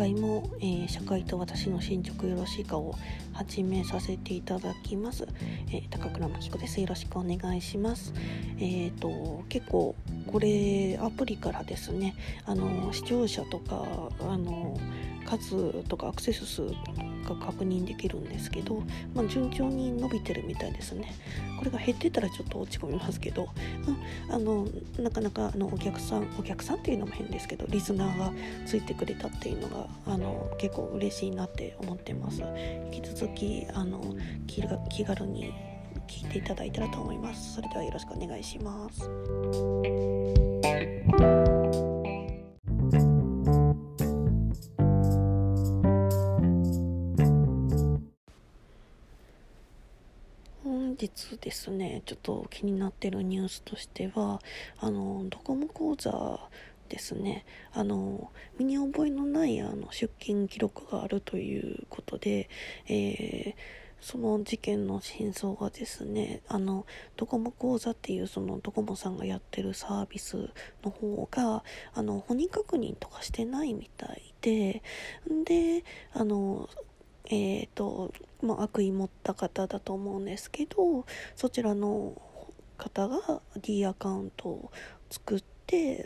回も、社会と私の進捗よろしいかを始めさせていただきます。高倉真紀子です。よろしくお願いします。結構これアプリからですね、視聴者とか数とかアクセス数が確認できるんですけど、順調に伸びてるみたいですね。これが減ってたらちょっと落ち込みますけど、なかなかお客さんっていうのも変ですけど、リスナーがついてくれたっていうのが結構嬉しいなって思ってます。引き続き気軽に聞いていただいたらと思います。それではよろしくお願いします。本日ですね、ちょっと気になってるニュースとしては、ドコモ口座ですね、身に覚えのない出金記録があるということで、その事件の真相がですね、ドコモ口座っていうそのドコモさんがやってるサービスの方が本人確認とかしてないみたいで、悪意持った方だと思うんですけど、そちらの方が D アカウントを作って、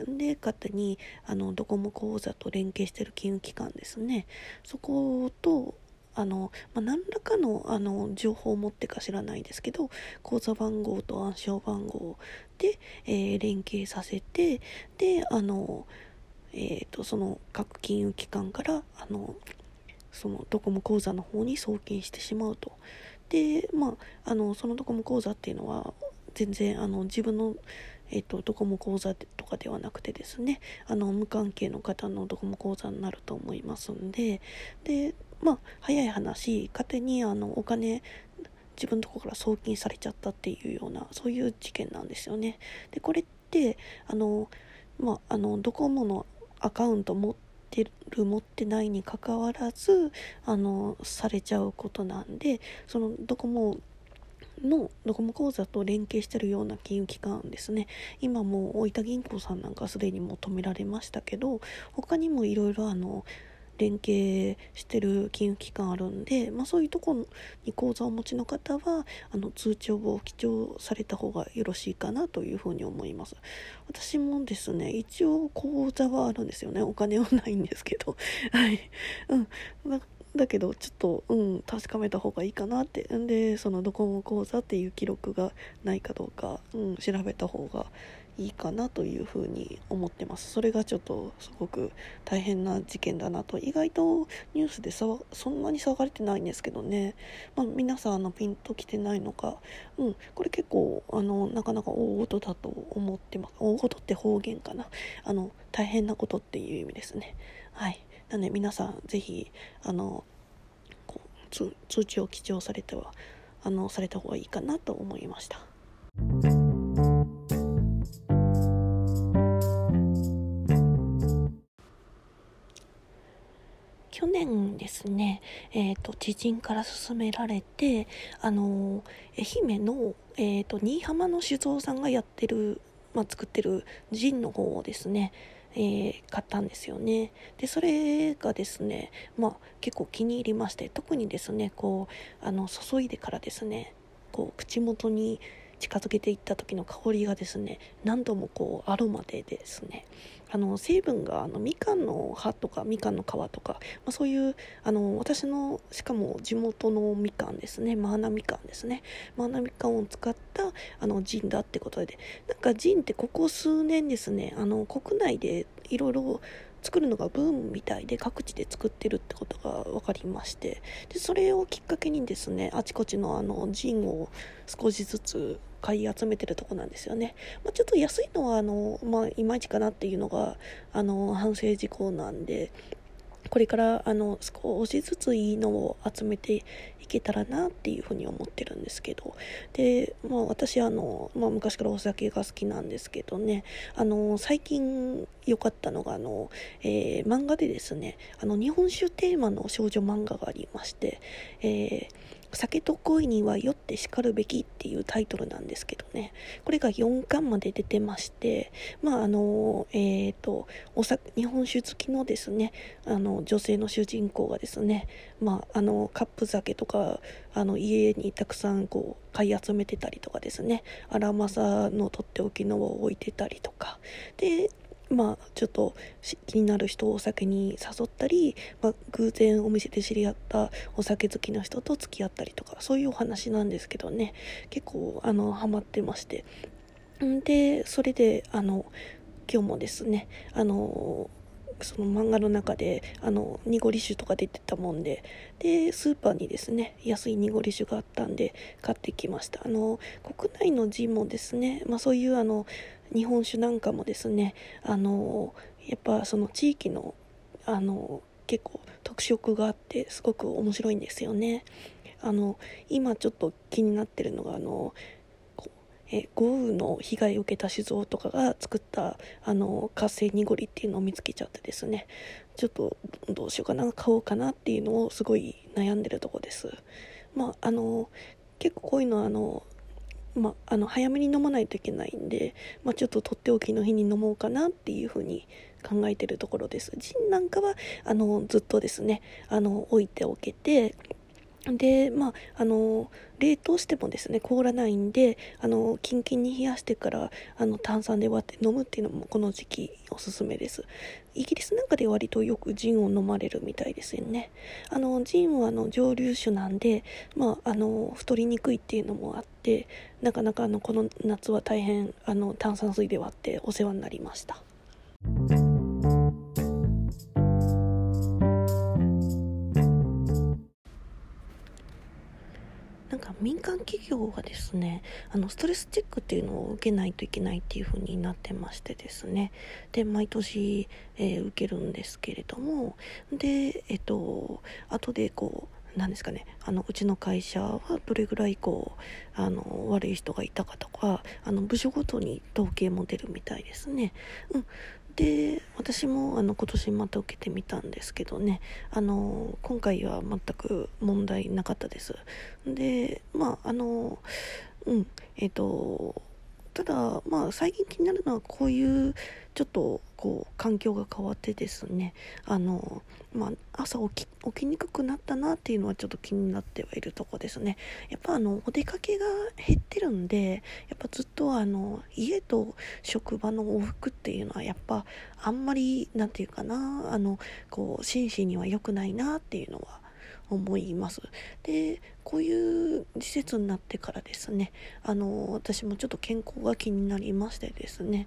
で勝手にドコモ口座と連携している金融機関ですね、そこと何らかの情報を持ってか知らないですけど、口座番号と暗証番号で、連携させて、でその各金融機関からそのドコモ口座の方に送金してしまうと。でそのドコモ口座っていうのは全然自分のドコモ口座とかではなくてですね、無関係の方のドコモ口座になると思いますんで、早い話、勝手にお金自分のところから送金されちゃったっていうような、そういう事件なんですよね。でこれってドコモのアカウント持ってないにかかわらずされちゃうことなんで、そのドコモ口座と連携してるような金融機関ですね、今もう大分銀行さんなんかすでにもう止められましたけど、他にもいろいろ連携してる金融機関あるんで、そういうところに口座をお持ちの方は通帳を記帳された方がよろしいかなというふうに思います。私もですね、一応口座はあるんですよね。お金はないんですけどはい、だけどちょっと確かめた方がいいかなって。でそのドコモ口座っていう記録がないかどうか、調べた方がいいかなというふうに思ってます。それがちょっとすごく大変な事件だなと。意外とニュースでそんなに騒がれてないんですけどね、皆さんピンときてないのか、これ結構なかなか大事だと思ってます。大事って方言かな、大変なことっていう意味ですね。はい、なので皆さんぜひ通知を記帳された方がいいかなと思いました。去年ですね、知人から勧められて、愛媛の、新居浜の酒造さんがやってる、作ってるジンの方をですね、買ったんですよね。でそれがですね、結構気に入りまして、特にですね注いでからですね、口元に近づけていった時の香りがですね、何度もアロマでですね、成分がみかんの葉とかみかんの皮とか、そういう私のしかも地元のみかんですね、マーナみかんですね、マーナみかんを使ったジンだってことで、なんかジンってここ数年ですね、国内でいろいろ作るのがブームみたいで、各地で作ってるってことが分かりまして、でそれをきっかけにですね、あちこちのジンを少しずつ買い集めてるとこなんですよね。ちょっと安いのはいまいちかなっていうのが反省事項なんで、これから少しずついいのを集めていけたらなっていうふうに思ってるんですけど、で、私昔からお酒が好きなんですけどね、最近良かったのが漫画でですね、日本酒テーマの少女漫画がありまして、 酒と恋には酔って叱るべきっていうタイトルなんですけどね、これが4巻まで出てまして、日本酒好きのですね、女性の主人公がですね、カップ酒とか家にたくさん買い集めてたりとかですね、荒政のとっておきのを置いてたりとかで、ちょっと気になる人をお酒に誘ったり、偶然お店で知り合ったお酒好きな人と付き合ったりとか、そういうお話なんですけどね、結構ハマってまして、でそれで今日もですね、その漫画の中で濁り酒とか出てたもんで、スーパーにですね安い濁り酒があったんで買ってきました。国内のジンもですね、そういう日本酒なんかもですね、やっぱその地域の結構特色があってすごく面白いんですよね。今ちょっと気になってるのが豪雨の被害を受けた酒造とかが作った活性濁りっていうのを見つけちゃってですね、ちょっとどうしようかな、買おうかなっていうのをすごい悩んでるとこです。結構こういうの早めに飲まないといけないんで、ちょっととっておきの日に飲もうかなっていうふうに考えてるところです。ジンなんかはずっとですね置いておけて、で冷凍してもですね凍らないんでキンキンに冷やしてから炭酸で割って飲むっていうのもこの時期おすすめです。イギリスなんかで割とよくジンを飲まれるみたいですよね。ジンは蒸留酒なんで太りにくいっていうのもあって、なかなかこの夏は大変炭酸水で割ってお世話になりました。民間企業がですねストレスチェックっていうのを受けないといけないっていう風になってましてですね、で毎年、受けるんですけれども、で後でなんですかね、うちの会社はどれぐらい悪い人がいたかとか部署ごとに統計も出るみたいですね。で私も今年また受けてみたんですけどね、今回は全く問題なかったです。でうんただ最近気になるのはこういうちょっと環境が変わってですね、朝起きにくくなったなっていうのはちょっと気になってはいるとこですね。やっぱお出かけが減ってるんで、やっぱずっと家と職場の往復っていうのはやっぱあんまりなんていうかな心身には良くないなっていうのは思います。でこういう施設になってからですね私もちょっと健康が気になりましてですね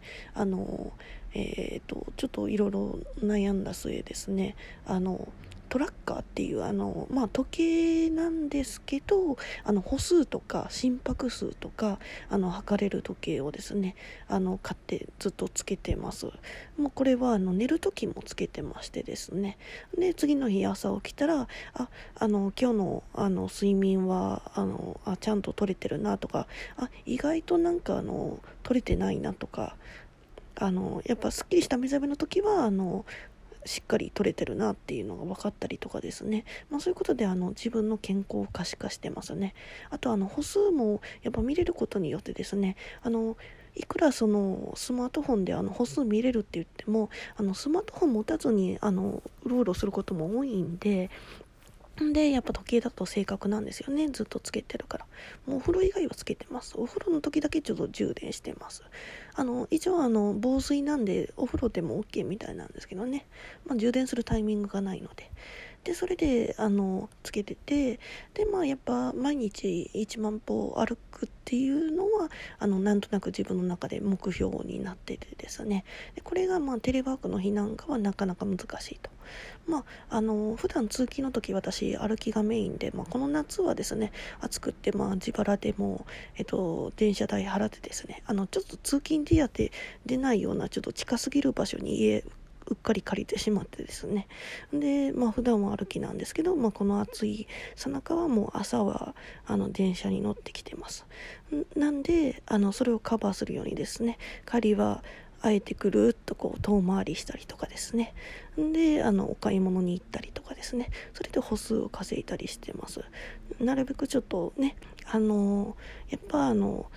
ちょっといろいろ悩んだ末ですねトラッカーっていう時計なんですけど歩数とか心拍数とか測れる時計をですね買ってずっとつけてます。もうこれは寝る時もつけてましてですね、で次の日朝起きたら今日の睡眠はちゃんと取れてるなとか、意外と取れてないなとか、やっぱすっきりした目覚めの時はしっかり取れてるなっていうのが分かったりとかですね、そういうことで自分の健康を可視化してますね。あと歩数もやっぱ見れることによってですねいくらそのスマートフォンで歩数見れるって言ってもスマートフォン持たずにうろうろすることも多いんで、やっぱ時計だと正確なんですよね。ずっとつけてるから。もうお風呂以外はつけてます。お風呂の時だけちょっと充電してます。一応防水なんでお風呂でも OK みたいなんですけどね。充電するタイミングがないので。でそれでつけてて、でやっぱ毎日1万歩歩くっていうのはなんとなく自分の中で目標になっててですね、でこれがテレワークの日なんかはなかなか難しいと。普段通勤の時私歩きがメインで、この夏はですね暑くって自腹でも電車代払ってですねちょっと通勤手当出ないようなちょっと近すぎる場所に家うっかり借りてしまってですね、で普段は歩きなんですけど、この暑いさなかはもう朝は電車に乗ってきてます。なんでそれをカバーするようにですね帰りはあえてぐるっと遠回りしたりとかですね。でお買い物に行ったりとかですね、それで歩数を稼いだりしてます。なるべくちょっとね、やっぱ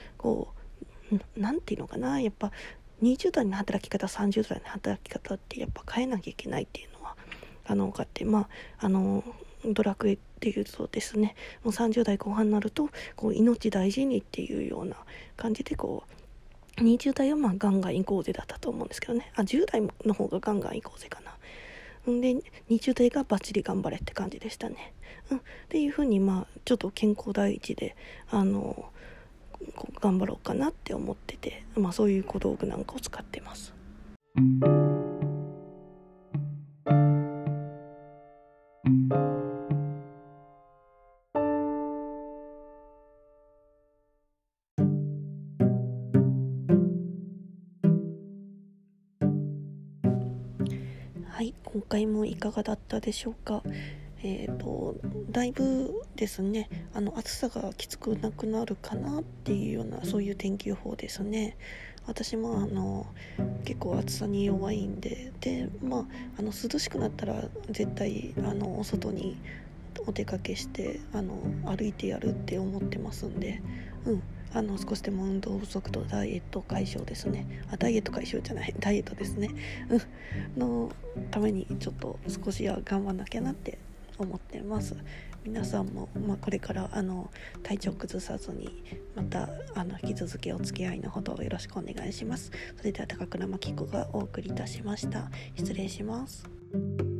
なんていうのかな、やっぱ20代の働き方30代の働き方ってやっぱ変えなきゃいけないっていうのは分かって、ドラクエっていうとですね、もう30代後半になると命大事にっていうような感じで20代はガンガン行こうぜだったと思うんですけどね、10代の方がガンガン行こうぜかな。で20代がバッチリ頑張れって感じでしたね。っていう風にちょっと健康第一で頑張ろうかなって思ってて、そういう小道具なんかを使ってます。はい、今回もいかがだったでしょうか。だいぶですね、暑さがきつくなくなるかなっていうような、そういう天気予報ですね。私も結構暑さに弱いんで、涼しくなったら絶対お外にお出かけして歩いてやるって思ってますんで、少しでも運動不足とダイエット解消ですね。ダイエット解消じゃない、ダイエットですね。のためにちょっと少しは頑張んなきゃなって思ってます。皆さんも、これから体調崩さずにまた引き続きお付き合いのほどよろしくお願いします。それでは高倉真希子がお送りいたしました。失礼します。